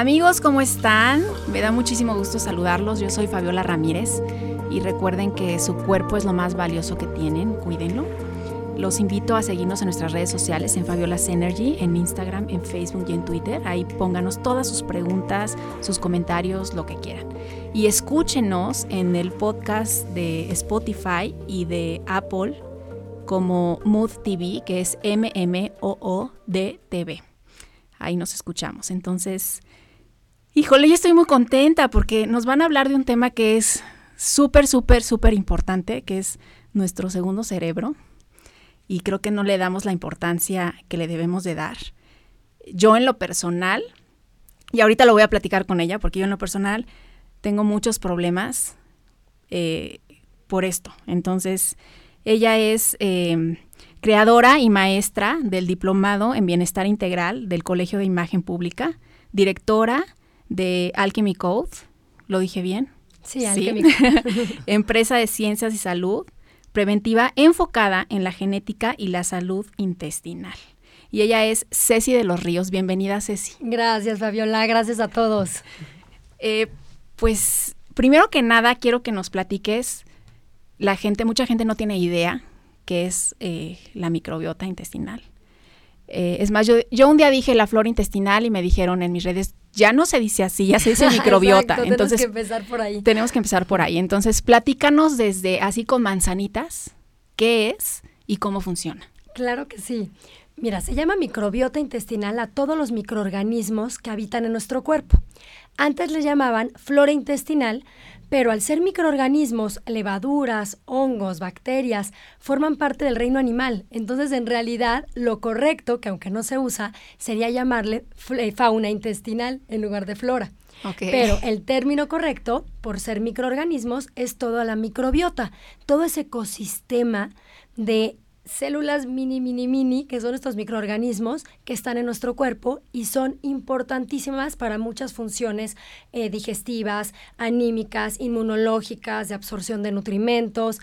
Amigos, ¿cómo están? Me da muchísimo gusto saludarlos. Yo soy Fabiola Ramírez y recuerden que su cuerpo es lo más valioso que tienen, cuídenlo. Los invito a seguirnos en nuestras redes sociales, en Fabiola's Energy, en Instagram, en Facebook y en Twitter. Ahí pónganos todas sus preguntas, sus comentarios, lo que quieran. Y escúchenos en el podcast de Spotify y de Apple como Mood TV, que es MMOOD-TV. Ahí nos escuchamos. Entonces, híjole, yo estoy muy contenta porque nos van a hablar de un tema que es súper importante, que es nuestro segundo cerebro. Y creo que no le damos la importancia que le debemos de dar. Yo en lo personal, y ahorita lo voy a platicar con ella, porque yo en lo personal tengo muchos problemas por esto. Entonces, ella es creadora y maestra del Diplomado en Bienestar Integral del Colegio de Imagen Pública, directora de Alchemy Code, ¿lo dije bien? Sí, Alchemy Code. Empresa de Ciencias y Salud preventiva enfocada en la genética y la salud intestinal. Y ella es Ceci de los Ríos. Bienvenida, Ceci. Gracias, Fabiola. Gracias a todos. Pues, primero que nada, quiero que nos platiques. Mucha gente no tiene idea qué es la microbiota intestinal. Es más, yo un día dije la flora intestinal y me dijeron en mis redes, ya no se dice así, ya se dice microbiota. Exacto, entonces, tenemos que empezar por ahí. Tenemos que empezar por ahí. Entonces, platícanos desde así con manzanitas, qué es y cómo funciona. Claro que sí. Mira, se llama microbiota intestinal a todos los microorganismos que habitan en nuestro cuerpo. Antes le llamaban flora intestinal, pero al ser microorganismos, levaduras, hongos, bacterias, forman parte del reino animal. Entonces, en realidad, lo correcto, que aunque no se usa, sería llamarle fauna intestinal en lugar de flora. Okay. Pero el término correcto, por ser microorganismos, es toda la microbiota, todo ese ecosistema de células mini, que son estos microorganismos que están en nuestro cuerpo y son importantísimas para muchas funciones digestivas, anímicas, inmunológicas, de absorción de nutrimentos.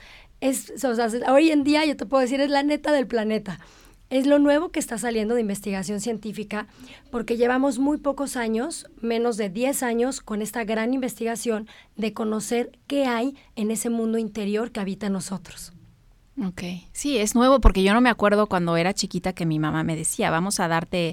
Hoy en día yo te puedo decir, es la neta del planeta. Es lo nuevo que está saliendo de investigación científica porque llevamos muy pocos años, menos de 10 años, con esta gran investigación de conocer qué hay en ese mundo interior que habita en nosotros. Ok, sí, es nuevo porque yo no me acuerdo cuando era chiquita que mi mamá me decía, vamos a darte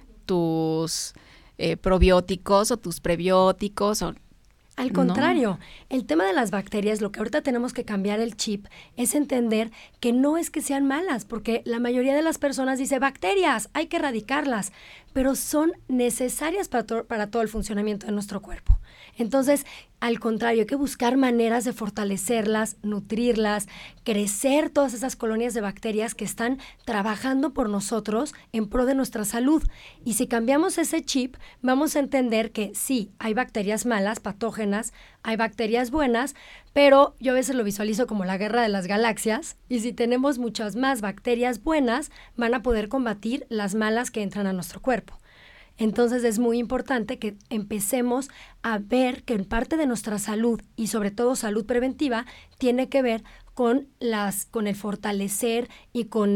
tus probióticos o tus prebióticos o... Al contrario, el tema de las bacterias, lo que ahorita tenemos que cambiar el chip es entender que no es que sean malas, porque la mayoría de las personas dice bacterias, hay que erradicarlas, pero son necesarias para todo el funcionamiento de nuestro cuerpo. Entonces, al contrario, hay que buscar maneras de fortalecerlas, nutrirlas, crecer todas esas colonias de bacterias que están trabajando por nosotros en pro de nuestra salud. Y si cambiamos ese chip, vamos a entender que sí, hay bacterias malas, patógenas, hay bacterias buenas, pero yo a veces lo visualizo como la guerra de las galaxias, y si tenemos muchas más bacterias buenas, van a poder combatir las malas que entran a nuestro cuerpo. Entonces es muy importante que empecemos a ver que en parte de nuestra salud y sobre todo salud preventiva tiene que ver con el fortalecer y con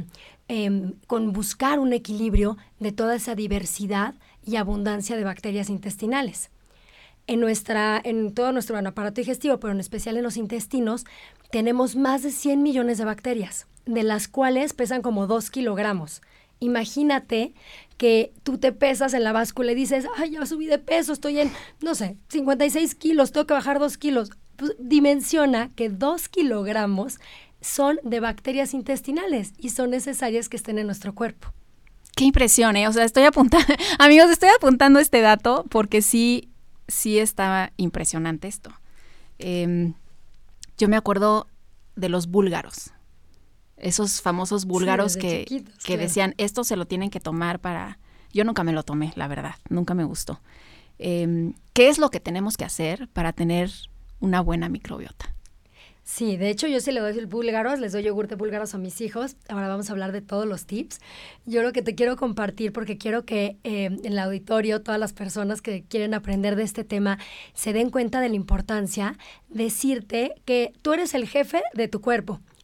buscar un equilibrio de toda esa diversidad y abundancia de bacterias intestinales. En todo nuestro aparato digestivo, pero en especial en los intestinos, tenemos más de 100 millones de bacterias, de las cuales pesan como 2 kilogramos. Imagínate que tú te pesas en la báscula y dices, ay, ya subí de peso, estoy en, 56 kilos, tengo que bajar 2 kilos. Pues, dimensiona que 2 kilogramos son de bacterias intestinales y son necesarias que estén en nuestro cuerpo. Qué impresión, ¿eh? O sea, amigos, estoy apuntando este dato porque sí estaba impresionante esto. Yo me acuerdo de los búlgaros. Esos famosos búlgaros que decían, esto se lo tienen que tomar para... Yo nunca me lo tomé, la verdad, nunca me gustó. ¿Qué es lo que tenemos que hacer para tener una buena microbiota? Sí, de hecho yo sí le doy búlgaros, les doy yogur de búlgaros a mis hijos. Ahora vamos a hablar de todos los tips. Yo lo que te quiero compartir, porque quiero que en el auditorio todas las personas que quieren aprender de este tema se den cuenta de la importancia, decirte que tú eres el jefe de tu cuerpo.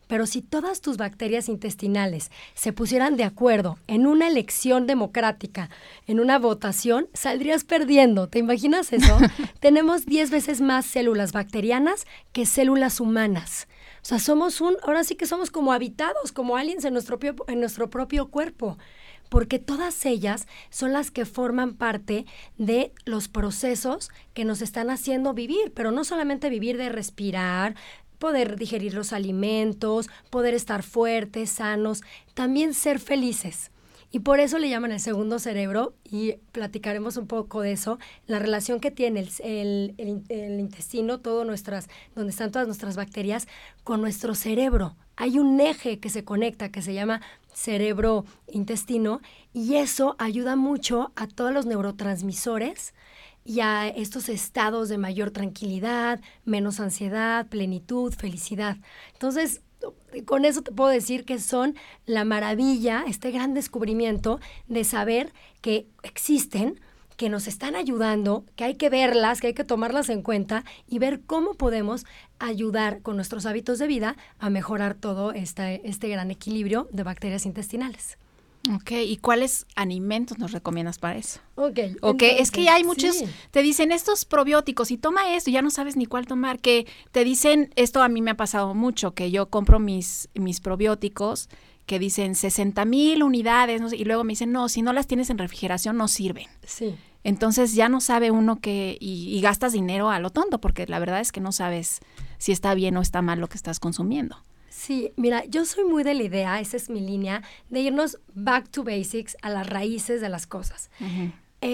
pero si todas tus bacterias intestinales se pusieran de acuerdo en una elección democrática, en una votación, saldrías perdiendo. ¿Te imaginas eso? Tenemos 10 veces más células bacterianas que células humanas. O sea, ahora sí que somos como habitados, como aliens en nuestro propio cuerpo, porque todas ellas son las que forman parte de los procesos que nos están haciendo vivir, pero no solamente vivir de respirar, poder digerir los alimentos, poder estar fuertes, sanos, también ser felices. Y por eso le llaman el segundo cerebro, y platicaremos un poco de eso, la relación que tiene el intestino, donde están todas nuestras bacterias, con nuestro cerebro. Hay un eje que se conecta, que se llama cerebro-intestino, y eso ayuda mucho a todos los neurotransmisores y a estos estados de mayor tranquilidad, menos ansiedad, plenitud, felicidad. Entonces, con eso te puedo decir que son la maravilla, este gran descubrimiento de saber que existen, que nos están ayudando, que hay que verlas, que hay que tomarlas en cuenta y ver cómo podemos ayudar con nuestros hábitos de vida a mejorar todo este gran equilibrio de bacterias intestinales. Ok, ¿y cuáles alimentos nos recomiendas para eso? Ok, entonces, es que ya hay muchos, sí. Te dicen estos probióticos y toma esto, ya no sabes ni cuál tomar, que te dicen, esto a mí me ha pasado mucho, que yo compro mis probióticos que dicen 60,000 unidades, no sé, y luego me dicen, no, si no las tienes en refrigeración no sirven. Sí. Entonces ya no sabe uno y gastas dinero a lo tonto, porque la verdad es que no sabes si está bien o está mal lo que estás consumiendo. Sí, mira, yo soy muy de la idea, esa es mi línea, de irnos back to basics, a las raíces de las cosas. Uh-huh.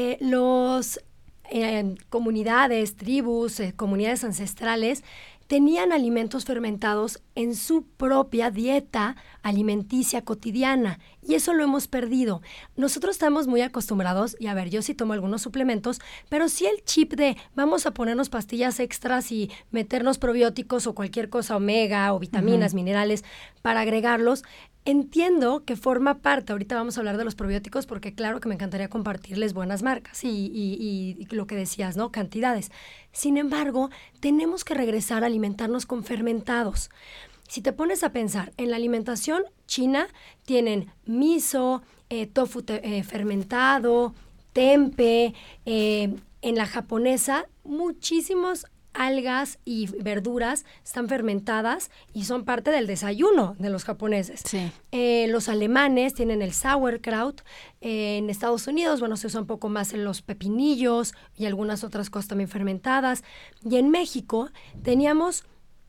Comunidades, tribus, comunidades ancestrales tenían alimentos fermentados en su propia dieta alimenticia cotidiana, y eso lo hemos perdido. Nosotros estamos muy acostumbrados, y a ver, yo sí tomo algunos suplementos, pero sí el chip de vamos a ponernos pastillas extras y meternos probióticos o cualquier cosa omega o vitaminas, minerales para agregarlos. Entiendo que forma parte, ahorita vamos a hablar de los probióticos porque claro que me encantaría compartirles buenas marcas y lo que decías, ¿no? Cantidades. Sin embargo, tenemos que regresar a alimentarnos con fermentados. Si te pones a pensar, en la alimentación china tienen miso, tofu fermentado, tempe, en la japonesa muchísimos algas y verduras están fermentadas y son parte del desayuno de los japoneses. Sí. Los alemanes tienen el sauerkraut. En Estados Unidos, bueno, se usa un poco más en los pepinillos y algunas otras cosas también fermentadas. Y en México tenemos,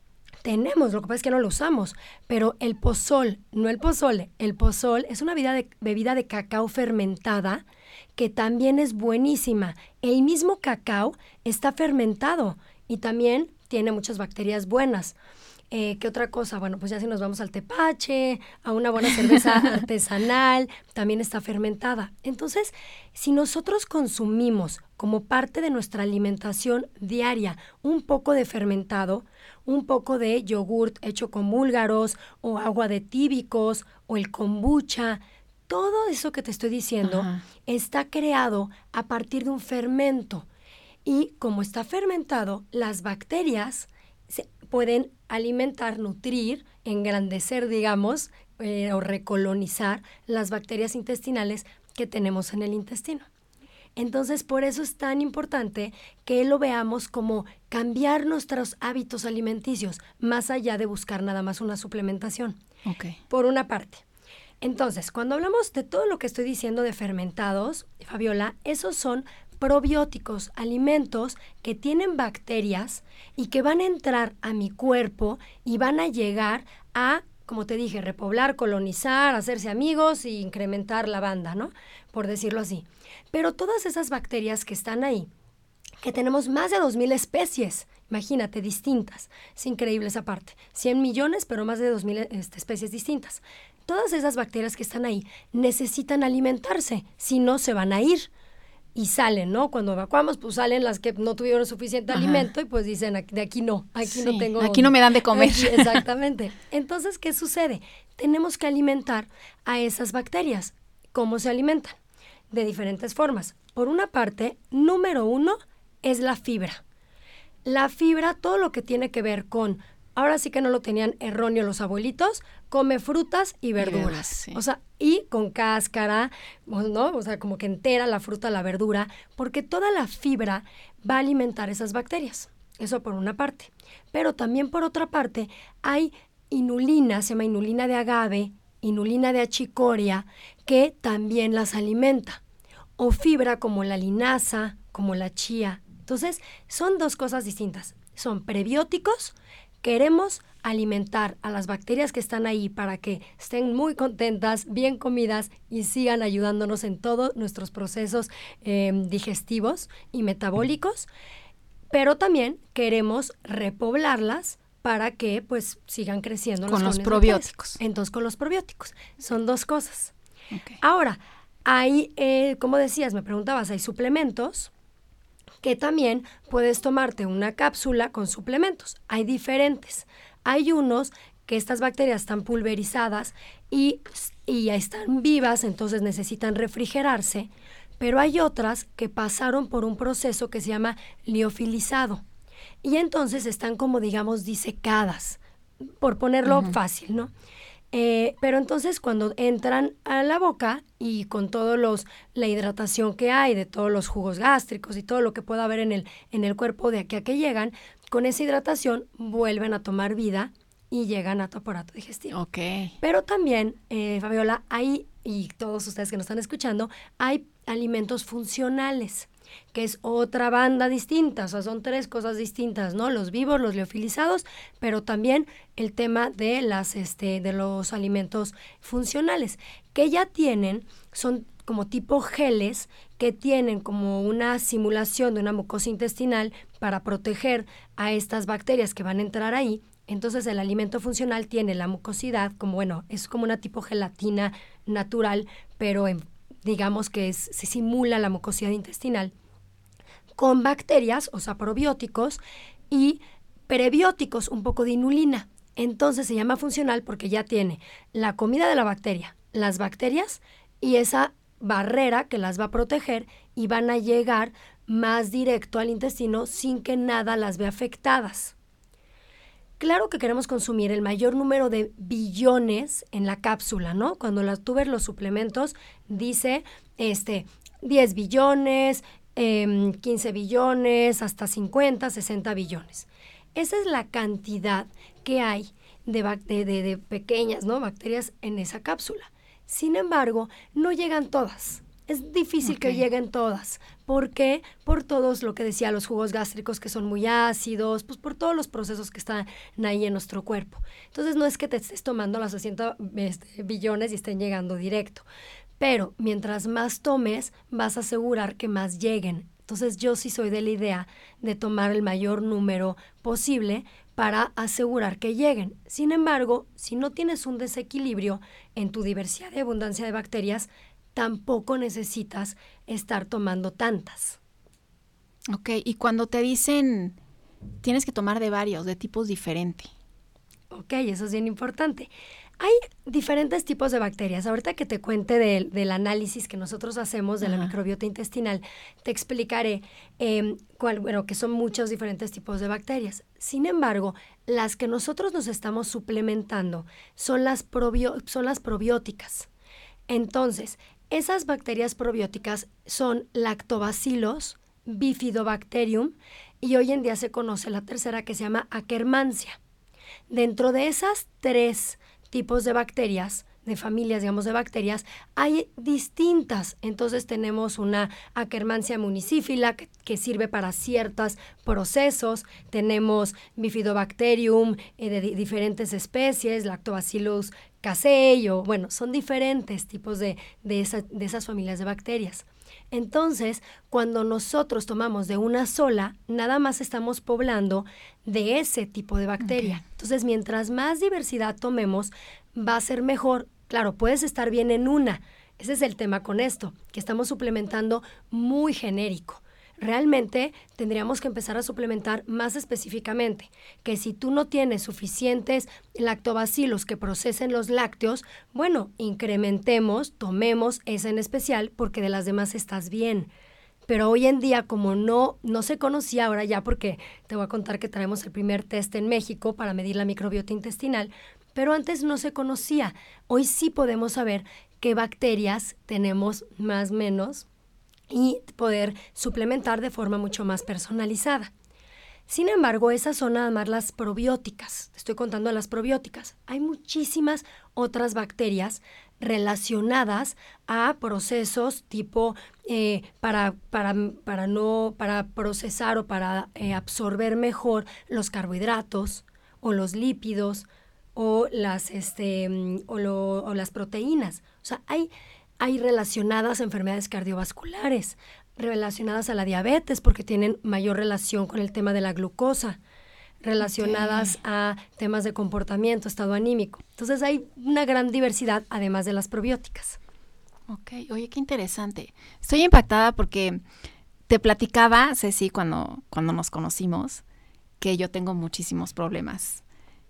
lo que pasa es que no lo usamos, pero el pozol, no el pozole, el pozol es una bebida de cacao fermentada que también es buenísima. El mismo cacao está fermentado y también tiene muchas bacterias buenas. ¿Qué otra cosa? Bueno, pues ya si nos vamos al tepache, a una buena cerveza artesanal, también está fermentada. Entonces, si nosotros consumimos como parte de nuestra alimentación diaria un poco de fermentado, un poco de yogurt hecho con búlgaros o agua de tíbicos o el kombucha, todo eso que te estoy diciendo está creado a partir de un fermento. Y como está fermentado, las bacterias se pueden alimentar, nutrir, engrandecer, digamos, o recolonizar las bacterias intestinales que tenemos en el intestino. Entonces, por eso es tan importante que lo veamos como cambiar nuestros hábitos alimenticios, más allá de buscar nada más una suplementación. Okay. Por una parte. Entonces, cuando hablamos de todo lo que estoy diciendo de fermentados, Fabiola, esos son probióticos, alimentos que tienen bacterias y que van a entrar a mi cuerpo y van a llegar a, como te dije, repoblar, colonizar, hacerse amigos e incrementar la banda, ¿no? Por decirlo así. Pero todas esas bacterias que están ahí, que tenemos más de 2,000 especies, imagínate, distintas. Es increíble esa parte. 100 millones, pero más de 2,000 especies distintas. Todas esas bacterias que están ahí necesitan alimentarse, si no se van a ir. Y salen, ¿no? Cuando evacuamos, pues salen las que no tuvieron suficiente alimento y pues dicen, de aquí no, no tengo... Aquí no me dan de comer. Aquí, exactamente. Entonces, ¿qué sucede? Tenemos que alimentar a esas bacterias. ¿Cómo se alimentan? De diferentes formas. Por una parte, número 1 es la fibra. La fibra, todo lo que tiene que ver con ahora sí que no lo tenían erróneo los abuelitos, come frutas y verduras. Sí. O sea, y con cáscara, ¿no? O sea, como que entera la fruta, la verdura, porque toda la fibra va a alimentar esas bacterias. Eso por una parte. Pero también por otra parte hay inulina, se llama inulina de agave, inulina de achicoria, que también las alimenta. O fibra como la linaza, como la chía. Entonces, son dos cosas distintas. Son prebióticos, queremos alimentar a las bacterias que están ahí para que estén muy contentas, bien comidas y sigan ayudándonos en todos nuestros procesos digestivos y metabólicos, pero también queremos repoblarlas para que pues sigan creciendo con los colonias probióticos. bacterias. Entonces, con los probióticos. Son dos cosas. Okay. Ahora, hay, como decías, me preguntabas, hay suplementos que también puedes tomarte una cápsula con suplementos. Hay diferentes. Hay unos que estas bacterias están pulverizadas y ya están vivas, entonces necesitan refrigerarse, pero hay otras que pasaron por un proceso que se llama liofilizado y entonces están como, digamos, disecadas, por ponerlo fácil, ¿no? Pero entonces cuando entran a la boca y con la hidratación que hay de todos los jugos gástricos y todo lo que pueda haber en el cuerpo de aquí a que llegan, con esa hidratación vuelven a tomar vida y llegan a tu aparato digestivo. Okay. Pero también, Fabiola, hay, y todos ustedes que nos están escuchando, hay alimentos funcionales, que es otra banda distinta, o sea, son tres cosas distintas, ¿no? Los vivos, los liofilizados, pero también el tema de los alimentos funcionales, que ya son como tipo geles, que tienen como una simulación de una mucosa intestinal para proteger a estas bacterias que van a entrar ahí. Entonces, el alimento funcional tiene la mucosidad, es como una tipo gelatina natural, pero digamos que se simula la mucosidad intestinal, con bacterias, o sea, probióticos y prebióticos, un poco de inulina. Entonces se llama funcional porque ya tiene la comida de la bacteria, las bacterias y esa barrera que las va a proteger y van a llegar más directo al intestino sin que nada las vea afectadas. Claro que queremos consumir el mayor número de billones en la cápsula, ¿no? Cuando tú ves los suplementos, dice 10 billones, 15 billones, hasta 50, 60 billones. Esa es la cantidad que hay de pequeñas, ¿no?, bacterias en esa cápsula. Sin embargo, no llegan todas. Es difícil que lleguen todas. ¿Por qué? Por todos lo que decía, los jugos gástricos que son muy ácidos, pues por todos los procesos que están ahí en nuestro cuerpo. Entonces no es que te estés tomando las 60 billones y estén llegando directo. Pero mientras más tomes, vas a asegurar que más lleguen. Entonces yo sí soy de la idea de tomar el mayor número posible para asegurar que lleguen. Sin embargo, si no tienes un desequilibrio en tu diversidad y abundancia de bacterias, tampoco necesitas estar tomando tantas. Ok, y cuando te dicen tienes que tomar de varios, de tipos diferentes. Ok, eso es bien importante. Hay diferentes tipos de bacterias. Ahorita que te cuente del análisis que nosotros hacemos de la microbiota intestinal, te explicaré que son muchos diferentes tipos de bacterias. Sin embargo, las que nosotros nos estamos suplementando son las probióticas. Entonces, esas bacterias probióticas son Lactobacillus, Bifidobacterium y hoy en día se conoce la tercera que se llama Akkermansia. Dentro de esas tres tipos de bacterias, de familias, digamos, de bacterias, hay distintas. Entonces tenemos una Akkermansia municífila que sirve para ciertos procesos. Tenemos Bifidobacterium de diferentes especies, Lactobacillus casei, son diferentes tipos de esas familias de bacterias. Entonces, cuando nosotros tomamos de una sola, nada más estamos poblando de ese tipo de bacteria. Okay. Entonces, mientras más diversidad tomemos, va a ser mejor. Claro, puedes estar bien en una. Ese es el tema con esto, que estamos suplementando muy genérico. Realmente tendríamos que empezar a suplementar más específicamente, que si tú no tienes suficientes lactobacilos que procesen los lácteos, incrementemos, tomemos esa en especial porque de las demás estás bien. Pero hoy en día, como no se conocía, ahora ya, porque te voy a contar que traemos el primer test en México para medir la microbiota intestinal, pero antes no se conocía. Hoy sí podemos saber qué bacterias tenemos más o menos y poder suplementar de forma mucho más personalizada. Sin embargo, esas son nada más las probióticas. Te estoy contando las probióticas. Hay muchísimas otras bacterias relacionadas a procesos tipo para procesar o para absorber mejor los carbohidratos o los lípidos o las proteínas. O sea, hay relacionadas a enfermedades cardiovasculares, relacionadas a la diabetes porque tienen mayor relación con el tema de la glucosa, relacionadas a temas de comportamiento, estado anímico. Entonces hay una gran diversidad además de las probióticas. Ok, oye, qué interesante. Estoy impactada porque te platicaba, Ceci, cuando nos conocimos, que yo tengo muchísimos problemas.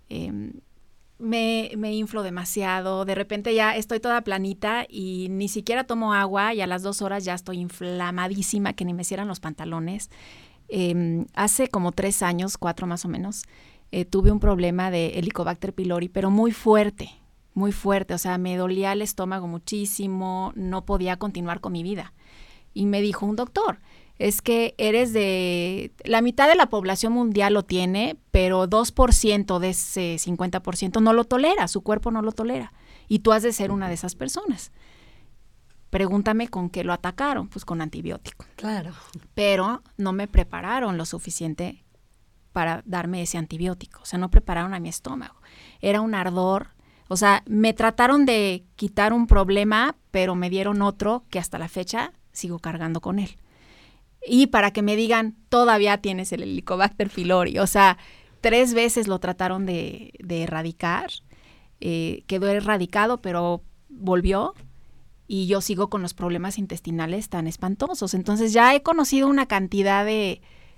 Me inflo demasiado, de repente ya estoy toda planita y ni siquiera tomo agua y a las 2 horas ya estoy inflamadísima, que ni me cierran los pantalones. Hace como 3 años, 4 más o menos, tuve un problema de Helicobacter pylori, pero muy fuerte, o sea, me dolía el estómago muchísimo, no podía continuar con mi vida. Y me dijo un doctor, es que la mitad de la población mundial lo tiene, pero 2% de ese 50% no lo tolera, su cuerpo no lo tolera. Y tú has de ser una de esas personas. Pregúntame con qué lo atacaron, pues con antibiótico. Claro. Pero no me prepararon lo suficiente para darme ese antibiótico. O sea, no prepararon a mi estómago. Era un ardor. O sea, me trataron de quitar un problema, pero me dieron otro que hasta la fecha sigo cargando con él. Y para que me digan, todavía tienes el Helicobacter pylori. O sea, 3 veces lo trataron de erradicar. Quedó erradicado, pero volvió. Y yo sigo con los problemas intestinales tan espantosos. Entonces ya he conocido una cantidad de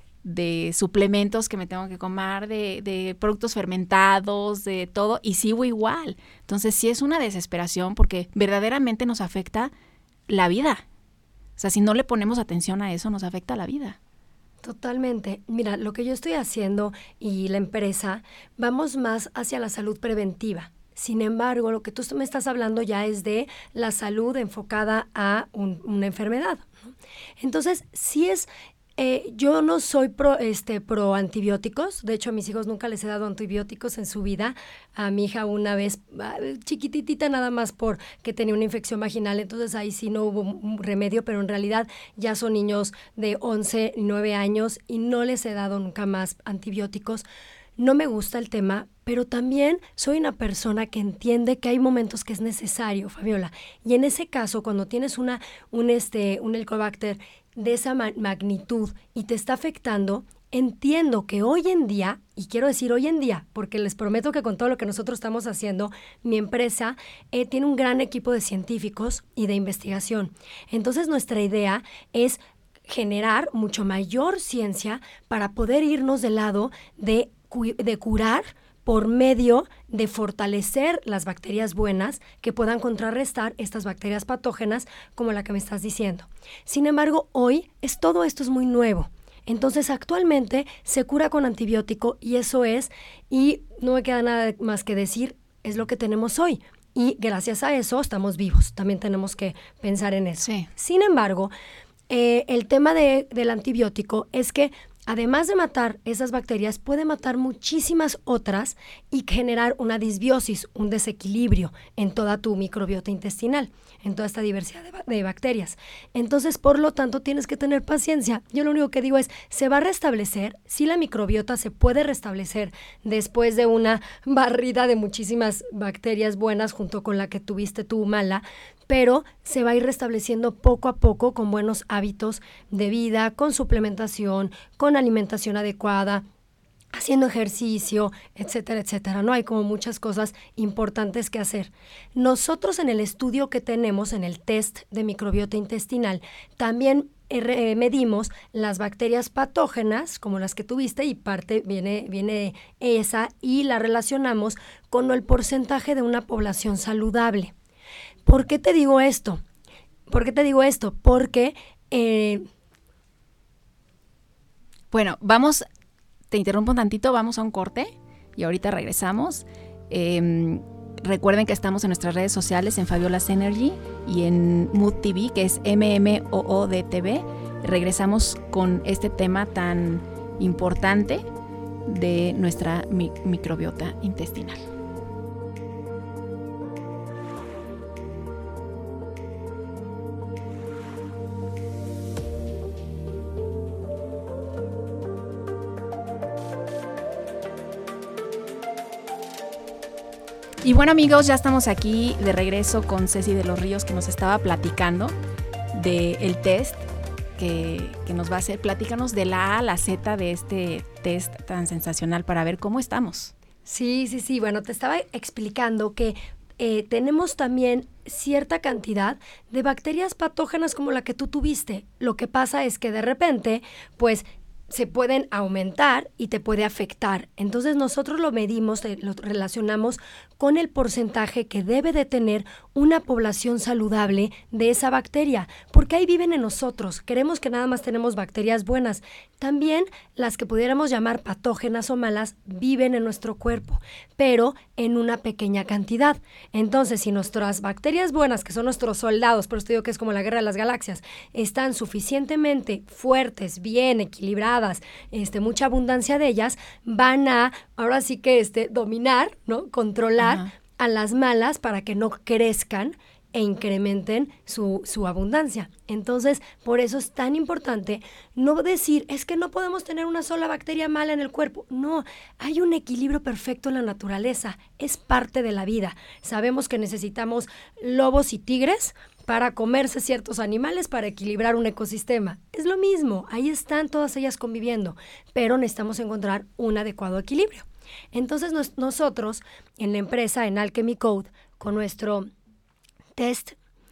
suplementos que me tengo que comer, de productos fermentados, de todo, y sigo igual. Entonces sí es una desesperación porque verdaderamente nos afecta la vida. O sea, si no le ponemos atención a eso, nos afecta la vida. Totalmente. Mira, lo que yo estoy haciendo y la empresa, vamos más hacia la salud preventiva. Sin embargo, lo que tú me estás hablando ya es de la salud enfocada a una enfermedad, ¿no? Entonces, sí es... yo no soy pro antibióticos. De hecho, a mis hijos nunca les he dado antibióticos en su vida. A mi hija una vez, chiquititita nada más porque tenía una infección vaginal, entonces ahí sí no hubo un remedio, pero en realidad ya son niños de 11, 9 años y no les he dado nunca más antibióticos. No me gusta el tema, pero también soy una persona que entiende que hay momentos que es necesario, Fabiola. Y en ese caso, cuando tienes un Helicobacter de esa magnitud y te está afectando, entiendo que hoy en día, y quiero decir hoy en día, porque les prometo que con todo lo que nosotros estamos haciendo, mi empresa tiene un gran equipo de científicos y de investigación. Entonces, nuestra idea es generar mucho mayor ciencia para poder irnos del lado de curar por medio de fortalecer las bacterias buenas que puedan contrarrestar estas bacterias patógenas como la que me estás diciendo. Sin embargo, hoy todo esto es muy nuevo. Entonces, actualmente se cura con antibiótico y no me queda nada más que decir, es lo que tenemos hoy. Y gracias a eso estamos vivos. También tenemos que pensar en eso. Sí. Sin embargo, el tema del antibiótico es que además de matar esas bacterias, puede matar muchísimas otras y generar una disbiosis, un desequilibrio en toda tu microbiota intestinal, en toda esta diversidad de bacterias. Entonces, por lo tanto, tienes que tener paciencia. Yo lo único que digo es, se va a restablecer, sí la microbiota se puede restablecer después de una barrida de muchísimas bacterias buenas junto con la que tuviste tú mala, pero se va a ir restableciendo poco a poco con buenos hábitos de vida, con suplementación, con alimentación adecuada, haciendo ejercicio, etcétera, etcétera, ¿no? Hay como muchas cosas importantes que hacer. Nosotros en el estudio que tenemos, en el test de microbiota intestinal, también medimos las bacterias patógenas, como las que tuviste, y parte viene esa, y la relacionamos con el porcentaje de una población saludable. ¿Por qué te digo esto? Porque Bueno, te interrumpo un tantito, vamos a un corte y ahorita regresamos. Recuerden que estamos en nuestras redes sociales, en Fabiola's Energy y en Mood TV, que es MMOOD-TV. Regresamos con este tema tan importante de nuestra microbiota intestinal. Y bueno, amigos, ya estamos aquí de regreso con Ceci de los Ríos, que nos estaba platicando del test que nos va a hacer. Platícanos de la A a la Z de este test tan sensacional para ver cómo estamos. Sí. Bueno, te estaba explicando que tenemos también cierta cantidad de bacterias patógenas como la que tú tuviste. Lo que pasa es que de repente, pues, se pueden aumentar y te puede afectar. Entonces nosotros lo medimos, lo relacionamos con el porcentaje que debe de tener una población saludable de esa bacteria, porque ahí viven en nosotros. Queremos que nada más tenemos bacterias buenas. También las que pudiéramos llamar patógenas o malas viven en nuestro cuerpo, pero en una pequeña cantidad. Entonces, si nuestras bacterias buenas, que son nuestros soldados, por eso te digo que es como la guerra de las galaxias, están suficientemente fuertes, bien equilibradas, mucha abundancia de ellas, van a, ahora sí que dominar, ¿no? Controlar a las malas para que no crezcan e incrementen su abundancia. Entonces, por eso es tan importante no decir, es que no podemos tener una sola bacteria mala en el cuerpo. No, hay un equilibrio perfecto en la naturaleza, es parte de la vida. Sabemos que necesitamos lobos y tigres para comerse ciertos animales para equilibrar un ecosistema. Es lo mismo, ahí están todas ellas conviviendo, pero necesitamos encontrar un adecuado equilibrio. Entonces, nosotros en la empresa, en Alchemy Code, con nuestro test.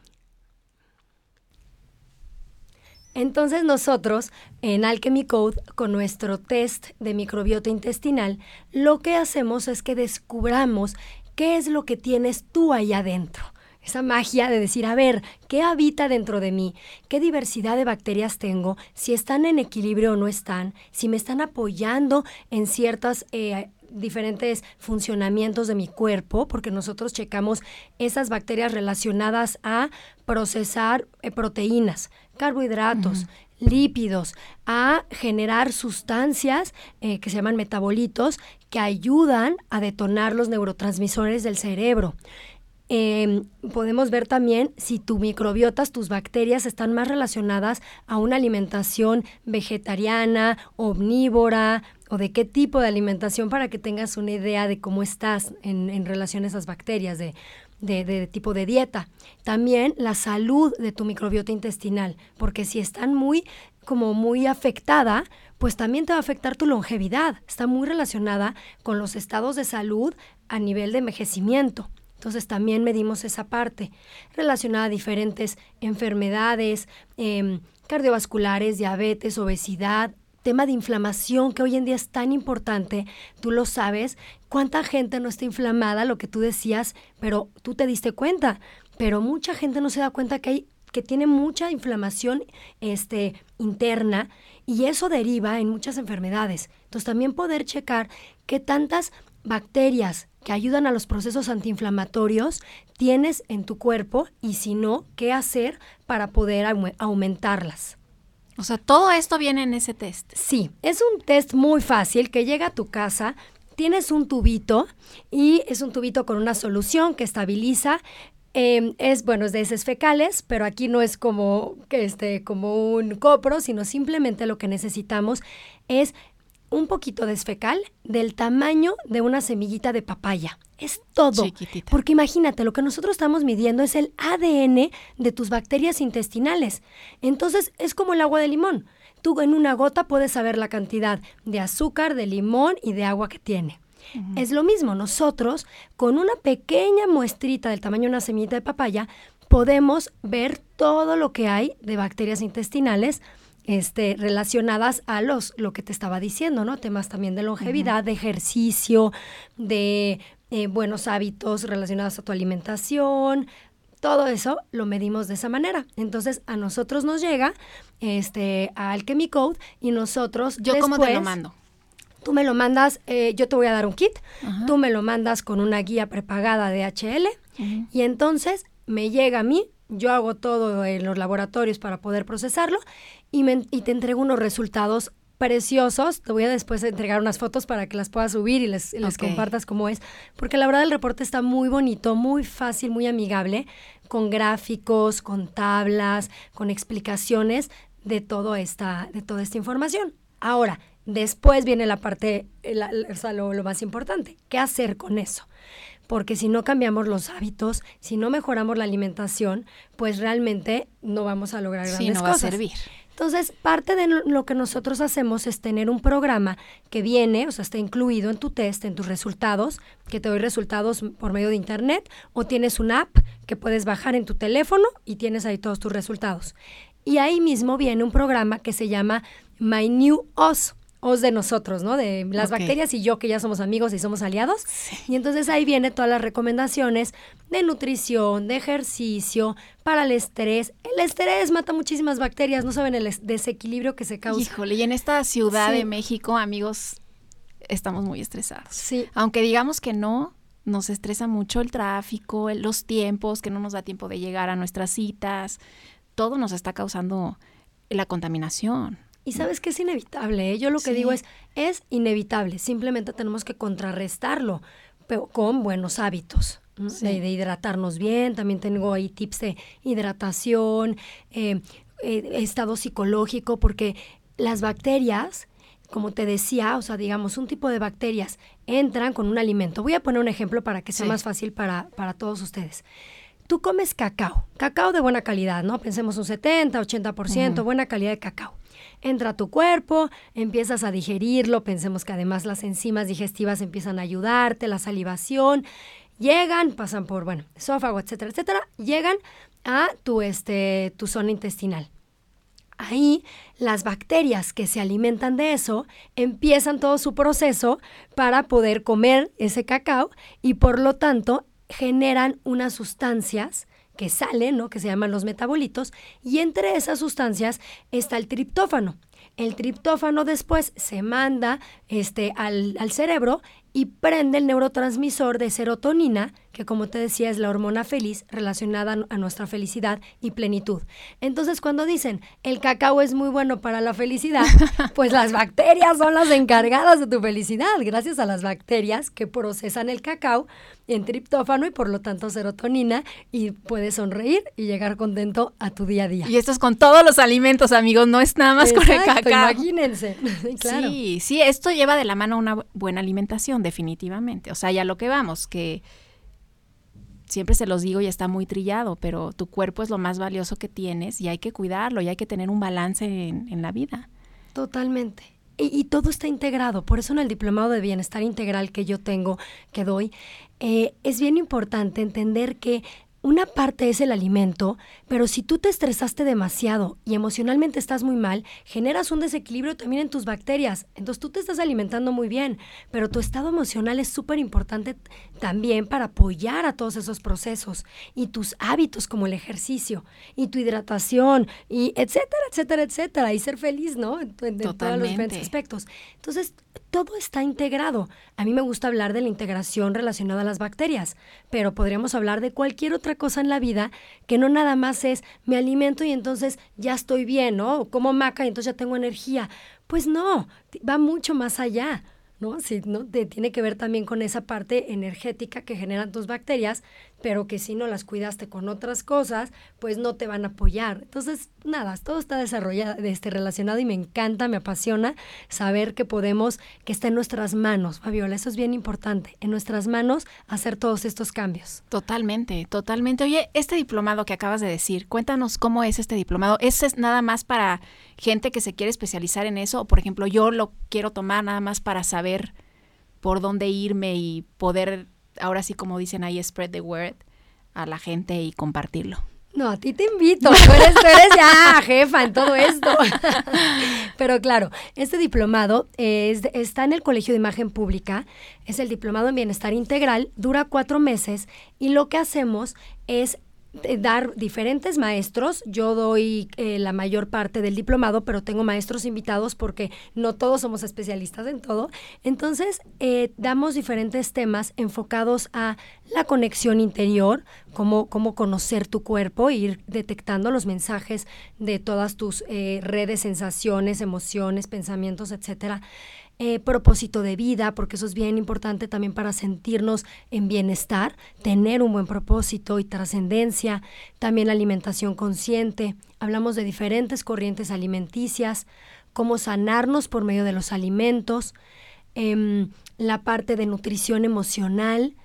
Entonces nosotros en Alchemy Code, con nuestro test de microbiota intestinal, lo que hacemos es que descubramos qué es lo que tienes tú ahí adentro. Esa magia de decir, a ver, ¿qué habita dentro de mí? ¿Qué diversidad de bacterias tengo? Si están en equilibrio o no están, si me están apoyando en ciertas diferentes funcionamientos de mi cuerpo, porque nosotros checamos esas bacterias relacionadas a procesar proteínas, carbohidratos, lípidos, a generar sustancias que se llaman metabolitos que ayudan a detonar los neurotransmisores del cerebro. Podemos ver también si tu microbiota, tus bacterias están más relacionadas a una alimentación vegetariana, omnívora, o de qué tipo de alimentación, para que tengas una idea de cómo estás en relación a esas bacterias de tipo de dieta. También la salud de tu microbiota intestinal, porque si están muy afectada, pues también te va a afectar tu longevidad. Está muy relacionada con los estados de salud a nivel de envejecimiento. Entonces también medimos esa parte relacionada a diferentes enfermedades cardiovasculares, diabetes, obesidad, tema de inflamación, que hoy en día es tan importante. Tú lo sabes, cuánta gente no está inflamada, lo que tú decías, pero tú te diste cuenta. Pero mucha gente no se da cuenta que tiene mucha inflamación interna, y eso deriva en muchas enfermedades. Entonces también poder checar qué tantas bacterias que ayudan a los procesos antiinflamatorios tienes en tu cuerpo, y si no, qué hacer para poder aumentarlas. O sea, todo esto viene en ese test. Sí, es un test muy fácil que llega a tu casa. Tienes un tubito, y es un tubito con una solución que estabiliza. Es de heces fecales, pero aquí no es como un copro, sino simplemente lo que necesitamos es un poquito de fecal del tamaño de una semillita de papaya. Es todo. Chiquitita. Porque imagínate, lo que nosotros estamos midiendo es el ADN de tus bacterias intestinales. Entonces, es como el agua de limón. Tú en una gota puedes saber la cantidad de azúcar, de limón y de agua que tiene. Uh-huh. Es lo mismo. Nosotros, con una pequeña muestrita del tamaño de una semillita de papaya, podemos ver todo lo que hay de bacterias intestinales relacionadas a lo que te estaba diciendo, ¿no? Temas también de longevidad, uh-huh, de ejercicio, de buenos hábitos relacionados a tu alimentación, Todo eso lo medimos de esa manera. Entonces, a nosotros nos llega a Alchemy Code y nosotros ¿Yo después, cómo te lo mando? Tú me lo mandas, yo te voy a dar un kit, Ajá. tú me lo mandas con una guía prepagada de HL y entonces me llega a mí, yo hago todo en los laboratorios para poder procesarlo y te entrego unos resultados preciosos. Te voy a después entregar unas fotos para que las puedas subir y les compartas cómo es, porque la verdad el reporte está muy bonito, muy fácil, muy amigable, con gráficos, con tablas, con explicaciones de toda esta información. Ahora, después viene la parte, lo más importante, ¿qué hacer con eso? Porque si no cambiamos los hábitos, si no mejoramos la alimentación, pues realmente no vamos a lograr grandes cosas. Sí, no va a servir. Entonces, parte de lo que nosotros hacemos es tener un programa que viene, o sea, está incluido en tu test, en tus resultados, que te doy resultados por medio de internet, o tienes una app que puedes bajar en tu teléfono y tienes ahí todos tus resultados. Y ahí mismo viene un programa que se llama My New Us de nosotros, ¿no? De las bacterias y yo, que ya somos amigos y somos aliados. Sí. Y entonces ahí viene todas las recomendaciones de nutrición, de ejercicio, para el estrés. El estrés mata muchísimas bacterias, no saben el desequilibrio que se causa. Híjole, y en esta Ciudad Sí. de México, amigos, estamos muy estresados. Sí. Aunque digamos que no, nos estresa mucho el tráfico, los tiempos, que no nos da tiempo de llegar a nuestras citas. Todo nos está causando la contaminación. Y sabes que es inevitable, ¿eh? Yo lo que Sí. digo es inevitable, simplemente tenemos que contrarrestarlo, pero con buenos hábitos, ¿no? Sí. De hidratarnos bien. También tengo ahí tips de hidratación, estado psicológico, porque las bacterias, como te decía, o sea, digamos, un tipo de bacterias entran con un alimento. Voy a poner un ejemplo para que sea Sí. más fácil para todos ustedes. Tú comes cacao de buena calidad, ¿no? Pensemos un 70, 80%, buena calidad de cacao. Entra a tu cuerpo, empiezas a digerirlo, pensemos que además las enzimas digestivas empiezan a ayudarte, la salivación, llegan, pasan por, esófago, etcétera, etcétera, llegan a tu zona intestinal. Ahí las bacterias que se alimentan de eso empiezan todo su proceso para poder comer ese cacao y por lo tanto generan unas sustancias que salen, ¿no? Que se llaman los metabolitos, y entre esas sustancias está el triptófano. El triptófano después se manda al cerebro y prende el neurotransmisor de serotonina, que como te decía es la hormona feliz relacionada a nuestra felicidad y plenitud. Entonces cuando dicen el cacao es muy bueno para la felicidad, pues las bacterias son las encargadas de tu felicidad, gracias a las bacterias que procesan el cacao en triptófano y por lo tanto serotonina, y puedes sonreír y llegar contento a tu día a día. Y esto es con todos los alimentos, amigos, no es nada más con el Exacto, cacao. Imagínense. Claro. Sí, esto lleva de la mano una buena alimentación, definitivamente. O sea, ya lo que vamos, que siempre se los digo y está muy trillado, pero tu cuerpo es lo más valioso que tienes y hay que cuidarlo y hay que tener un balance en la vida. Totalmente. Y todo está integrado. Por eso en el diplomado de bienestar integral que yo tengo, que doy, es bien importante entender que una parte es el alimento, pero si tú te estresaste demasiado y emocionalmente estás muy mal, generas un desequilibrio también en tus bacterias. Entonces tú te estás alimentando muy bien, pero tu estado emocional es súper importante también para apoyar a todos esos procesos. Y tus hábitos como el ejercicio y tu hidratación y etcétera, etcétera, etcétera. Y ser feliz, ¿no? En todos los diferentes aspectos. Entonces todo está integrado. A mí me gusta hablar de la integración relacionada a las bacterias, pero podríamos hablar de cualquier otra cosa en la vida que no nada más es me alimento y entonces ya estoy bien, ¿no? O como maca y entonces ya tengo energía. Pues no, va mucho más allá, ¿no? Sí, ¿no? Tiene que ver también con esa parte energética que generan tus bacterias, pero que si no las cuidaste con otras cosas, pues no te van a apoyar. Entonces, nada, todo está desarrollado, relacionado y me encanta, me apasiona saber que está en nuestras manos, Fabiola, eso es bien importante, en nuestras manos hacer todos estos cambios. Totalmente, totalmente. Oye, este diplomado que acabas de decir, cuéntanos cómo es este diplomado. ¿Es nada más para gente que se quiere especializar en eso? O, por ejemplo, yo lo quiero tomar nada más para saber por dónde irme y poder, ahora sí, como dicen ahí, spread the word a la gente y compartirlo. No, a ti te invito, tú eres ya jefa en todo esto. Pero claro, este diplomado está en el Colegio de Imagen Pública, es el diplomado en Bienestar Integral, dura 4 meses y lo que hacemos es dar diferentes maestros. Yo doy la mayor parte del diplomado, pero tengo maestros invitados porque no todos somos especialistas en todo. Entonces, damos diferentes temas enfocados a la conexión interior, cómo conocer tu cuerpo e ir detectando los mensajes de todas tus redes, sensaciones, emociones, pensamientos, etcétera. Propósito de vida, porque eso es bien importante también para sentirnos en bienestar, tener un buen propósito y trascendencia. También alimentación consciente. Hablamos de diferentes corrientes alimenticias, cómo sanarnos por medio de los alimentos, la parte de nutrición emocional,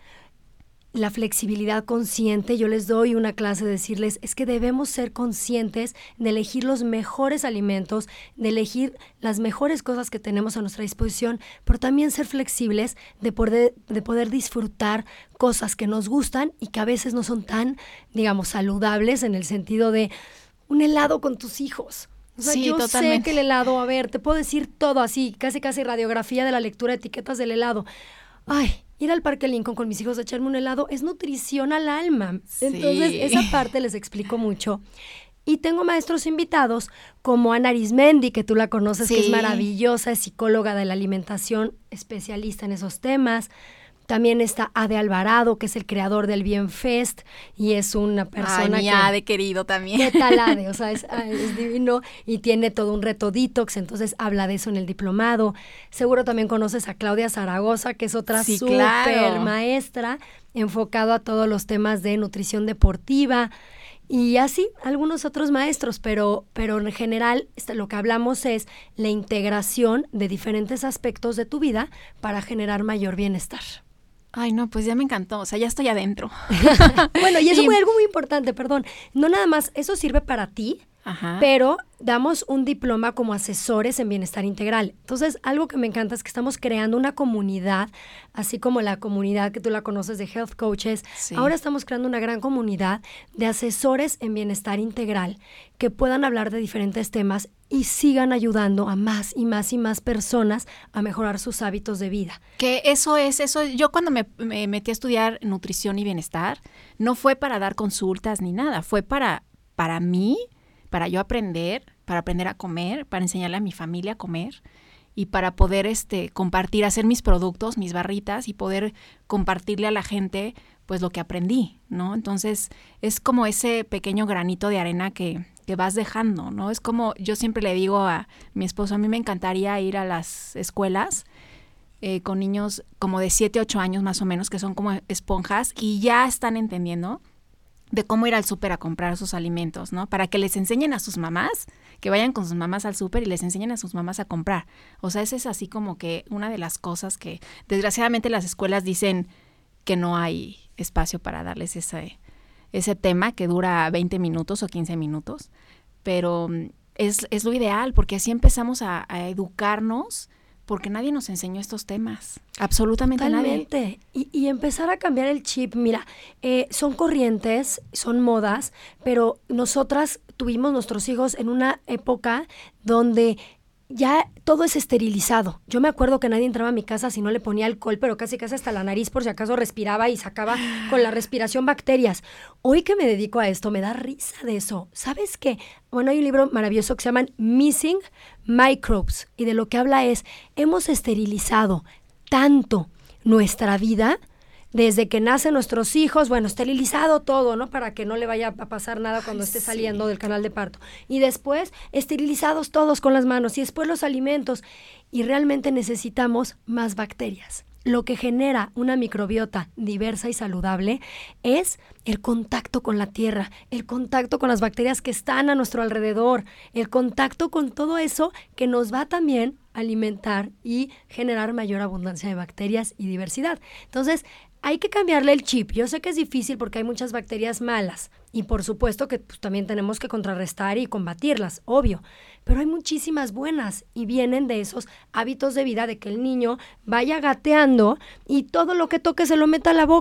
la flexibilidad consciente. Yo les doy una clase de decirles, es que debemos ser conscientes de elegir los mejores alimentos, de elegir las mejores cosas que tenemos a nuestra disposición, pero también ser flexibles de poder disfrutar cosas que nos gustan y que a veces no son tan, digamos, saludables, en el sentido de un helado con tus hijos. O sea, sí, yo totalmente. sé que el helado, a ver, te puedo decir todo así, casi radiografía de la lectura de etiquetas del helado. Ay, ir al Parque Lincoln con mis hijos a echarme un helado es nutrición al alma. Sí. Entonces, esa parte les explico mucho. Y tengo maestros invitados como Ana Arismendi, que tú la conoces, sí, que es maravillosa, es psicóloga de la alimentación, especialista en esos temas. También está Ade Alvarado, que es el creador del Bien Fest y es una persona mi Ade querido también. ¿Qué tal Ade? O sea, es divino y tiene todo un reto detox, entonces habla de eso en el diplomado. Seguro también conoces a Claudia Zaragoza, que es otra sí, súper claro, maestra, enfocado a todos los temas de nutrición deportiva. Y así, algunos otros maestros, pero en general lo que hablamos es la integración de diferentes aspectos de tu vida para generar mayor bienestar. Ay, no, pues ya me encantó, o sea, ya estoy adentro. Bueno, y eso fue algo muy importante, perdón. No nada más, eso sirve para ti, ajá, pero damos un diploma como asesores en bienestar integral. Entonces, algo que me encanta es que estamos creando una comunidad, así como la comunidad que tú la conoces de Health Coaches. sí. Ahora estamos creando una gran comunidad de asesores en bienestar integral que puedan hablar de diferentes temas y sigan ayudando a más y más y más personas a mejorar sus hábitos de vida. Que eso, yo cuando me metí a estudiar nutrición y bienestar, no fue para dar consultas ni nada, fue para mí, para yo aprender a comer, para enseñarle a mi familia a comer y para poder compartir, hacer mis productos, mis barritas y poder compartirle a la gente pues lo que aprendí, ¿no? Entonces es como ese pequeño granito de arena que vas dejando, ¿no? Es como, yo siempre le digo a mi esposo, a mí me encantaría ir a las escuelas con niños como de 7, 8 años más o menos, que son como esponjas y ya están entendiendo de cómo ir al súper a comprar sus alimentos, ¿no? Para que les enseñen a sus mamás, que vayan con sus mamás al súper y les enseñen a sus mamás a comprar. O sea, esa es así como que una de las cosas que desgraciadamente las escuelas dicen que no hay espacio para darles ese tema que dura 20 minutos o 15 minutos, pero es lo ideal porque así empezamos a educarnos porque nadie nos enseñó estos temas, absolutamente Totalmente. nadie. Y empezar a cambiar el chip, mira, son corrientes, son modas, pero nosotras tuvimos nuestros hijos en una época donde ya todo es esterilizado. Yo me acuerdo que nadie entraba a mi casa si no le ponía alcohol, pero casi hasta la nariz por si acaso respiraba y sacaba con la respiración bacterias. Hoy que me dedico a esto, me da risa de eso. ¿Sabes qué? Bueno, hay un libro maravilloso que se llama Missing Microbes y de lo que habla es, hemos esterilizado tanto nuestra vida desde que nacen nuestros hijos, bueno, esterilizado todo, ¿no? Para que no le vaya a pasar nada cuando esté saliendo del canal de parto. Y después, esterilizados todos con las manos. Y después los alimentos. Y realmente necesitamos más bacterias. Lo que genera una microbiota diversa y saludable es el contacto con la tierra, el contacto con las bacterias que están a nuestro alrededor, el contacto con todo eso que nos va también a alimentar y generar mayor abundancia de bacterias y diversidad. Entonces, hay que cambiarle el chip. Yo sé que es difícil porque hay muchas bacterias malas y por supuesto que pues, también tenemos que contrarrestar y combatirlas, obvio, pero hay muchísimas buenas y vienen de esos hábitos de vida de que el niño vaya gateando y todo lo que toque se lo meta a la boca.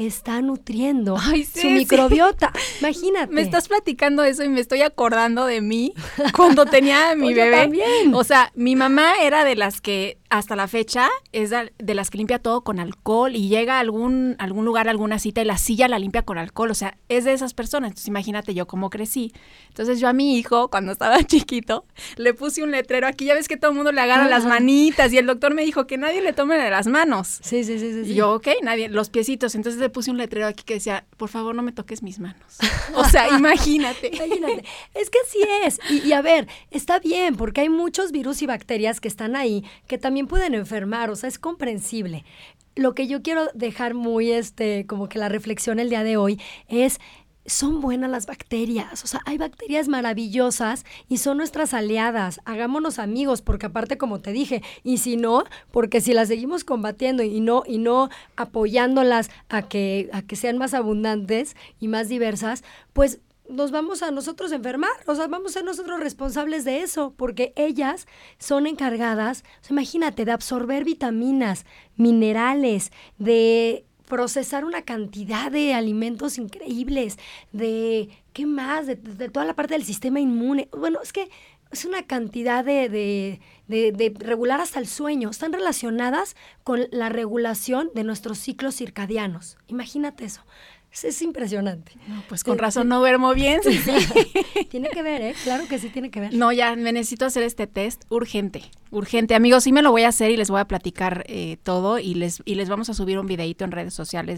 está nutriendo Ay, su microbiota. Imagínate. Me estás platicando eso y me estoy acordando de mí cuando tenía mi bebé. También. O sea, mi mamá era de las que hasta la fecha es de las que limpia todo con alcohol y llega a algún lugar, a alguna cita y la silla la limpia con alcohol. O sea, es de esas personas. Entonces, imagínate yo cómo crecí. Entonces, yo a mi hijo, cuando estaba chiquito, le puse un letrero aquí. Ya ves que todo el mundo le agarra las manitas y el doctor me dijo que nadie le tome de las manos. Sí. Y yo, ok, nadie, los piecitos. Entonces, le puse un letrero aquí que decía, por favor, no me toques mis manos. O sea, imagínate. Imagínate. Es que así es. Y a ver, está bien, porque hay muchos virus y bacterias que están ahí que también pueden enfermar, o sea, es comprensible. Lo que yo quiero dejar muy, como que la reflexión el día de hoy es, son buenas las bacterias, o sea, hay bacterias maravillosas y son nuestras aliadas, hagámonos amigos, porque aparte, como te dije, y si no, porque si las seguimos combatiendo y no apoyándolas a que sean más abundantes y más diversas, pues nos vamos a nosotros a enfermar, o sea, vamos a ser nosotros responsables de eso, porque ellas son encargadas, o sea, imagínate, de absorber vitaminas, minerales, de procesar una cantidad de alimentos increíbles, de, ¿qué más? De toda la parte del sistema inmune. Bueno, es que es una cantidad de regular hasta el sueño. Están relacionadas con la regulación de nuestros ciclos circadianos. Imagínate eso. Es impresionante. No, pues con razón no duermo bien. Sí. Tiene que ver, ¿eh? Claro que sí tiene que ver. No, ya me necesito hacer este test urgente. Amigos, sí me lo voy a hacer y les voy a platicar todo y les vamos a subir un videito en redes sociales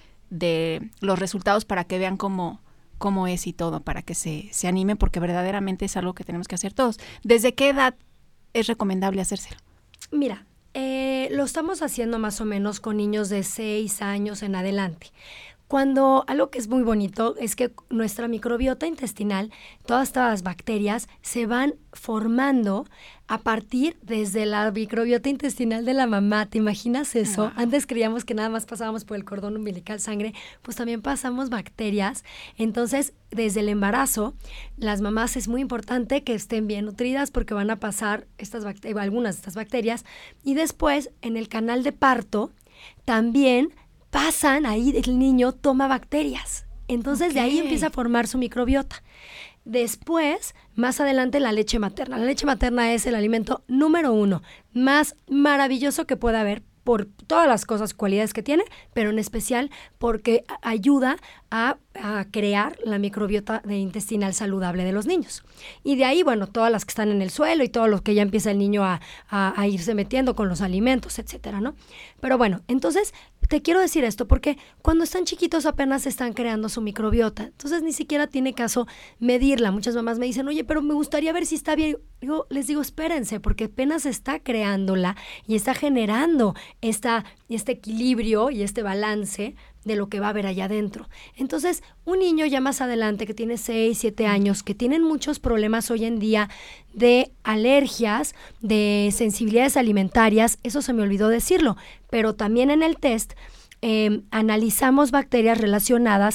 de los resultados para que vean cómo es y todo, para que se animen, porque verdaderamente es algo que tenemos que hacer todos. ¿Desde qué edad es recomendable hacérselo? Mira, lo estamos haciendo más o menos con niños de 6 años en adelante. Cuando algo que es muy bonito es que nuestra microbiota intestinal, todas estas bacterias se van formando a partir desde la microbiota intestinal de la mamá. ¿Te imaginas eso? Wow. Antes creíamos que nada más pasábamos por el cordón umbilical sangre, pues también pasamos bacterias. Entonces, desde el embarazo, las mamás es muy importante que estén bien nutridas porque van a pasar algunas de estas bacterias. Y después, en el canal de parto, también pasan ahí, el niño toma bacterias. Entonces, de ahí empieza a formar su microbiota. Después, más adelante, la leche materna. La leche materna es el alimento número 1, más maravilloso que pueda haber por todas las cualidades que tiene, pero en especial porque ayuda a crear la microbiota intestinal saludable de los niños. Y de ahí, bueno, todas las que están en el suelo y todo lo que ya empieza el niño a irse metiendo con los alimentos, etcétera, ¿no? Pero bueno, entonces te quiero decir esto porque cuando están chiquitos apenas están creando su microbiota, entonces ni siquiera tiene caso medirla. Muchas mamás me dicen, oye, pero me gustaría ver si está bien. Yo les digo, espérense, porque apenas está creándola y está generando este equilibrio y este balance de lo que va a haber allá adentro. Entonces, un niño ya más adelante que tiene 6, 7 años, que tienen muchos problemas hoy en día de alergias, de sensibilidades alimentarias, eso se me olvidó decirlo, pero también en el test analizamos bacterias relacionadas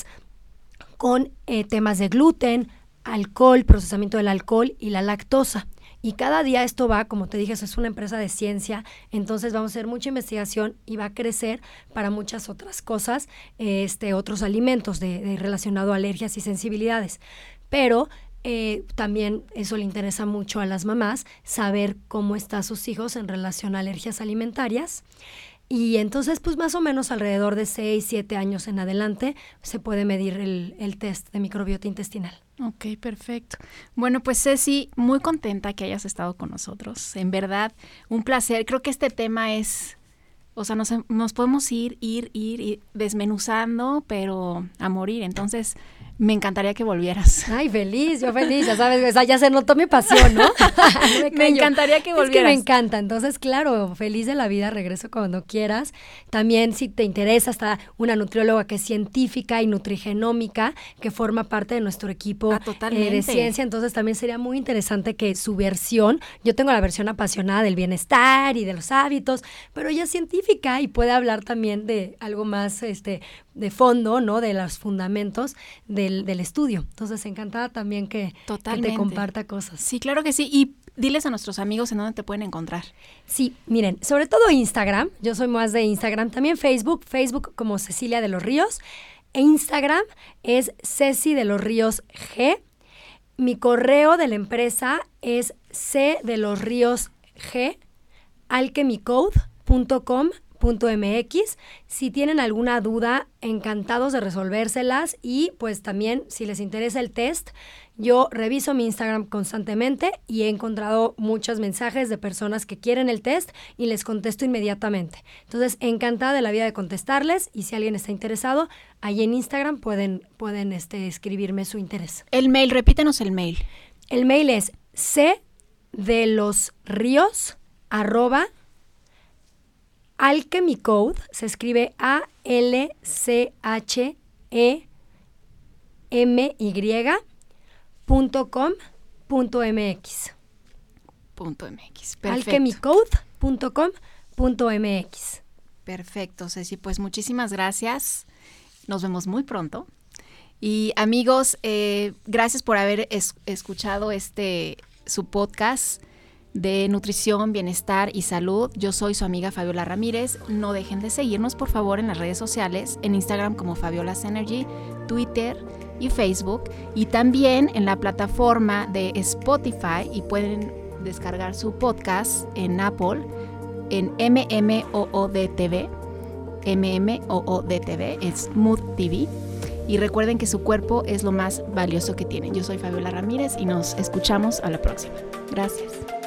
con temas de gluten, alcohol, procesamiento del alcohol y la lactosa. Y cada día esto va, como te dije, eso es una empresa de ciencia, entonces vamos a hacer mucha investigación y va a crecer para muchas otras cosas, otros alimentos relacionado a alergias y sensibilidades. Pero también eso le interesa mucho a las mamás, saber cómo están sus hijos en relación a alergias alimentarias. Y entonces, pues más o menos alrededor de 6, 7 años en adelante se puede medir el test de microbiota intestinal. Ok, perfecto. Bueno, pues Ceci, muy contenta que hayas estado con nosotros. En verdad, un placer. Creo que este tema es, o sea, nos podemos ir desmenuzando, pero a morir. Entonces, me encantaría que volvieras. Ay, feliz, yo feliz, ya sabes, o sea, ya se notó mi pasión, ¿no? Me encantaría que volvieras. Es que me encanta, entonces, claro, feliz de la vida, regreso cuando quieras. También, si te interesa, está una nutrióloga que es científica y nutrigenómica, que forma parte de nuestro equipo de ciencia, entonces también sería muy interesante que su versión, yo tengo la versión apasionada del bienestar y de los hábitos, pero ella es científica y puede hablar también de algo más, de fondo, ¿no? De los fundamentos del estudio. Entonces, encantada también que te comparta cosas. Sí, claro que sí. Y diles a nuestros amigos en dónde te pueden encontrar. Sí, miren, sobre todo Instagram, yo soy más de Instagram, también Facebook como Cecilia de los Ríos, e Instagram es Ceci de los Ríos G. Mi correo de la empresa es cdelosriosg@alchemicode.com.mx. Si tienen alguna duda, encantados de resolvérselas, y pues también si les interesa el test, yo reviso mi Instagram constantemente y he encontrado muchos mensajes de personas que quieren el test y les contesto inmediatamente. Entonces, encantada de la vida de contestarles, y si alguien está interesado, ahí en Instagram pueden escribirme su interés. El mail, repítenos el mail. El mail es cdelosrios@alchemicode, se escribe alchemy.com.mx. Perfecto. alchemicode.com.mx. Perfecto, Ceci. Pues muchísimas gracias. Nos vemos muy pronto. Y amigos, gracias por haber escuchado su podcast de nutrición, bienestar y salud. Yo soy su amiga Fabiola Ramírez. No dejen de seguirnos, por favor, en las redes sociales, en Instagram como Fabiola's Energy, Twitter y Facebook, y también en la plataforma de Spotify, y pueden descargar su podcast en Apple, en MMOODTV, es Mood TV. Y recuerden que su cuerpo es lo más valioso que tienen. Yo soy Fabiola Ramírez y nos escuchamos a la próxima. Gracias.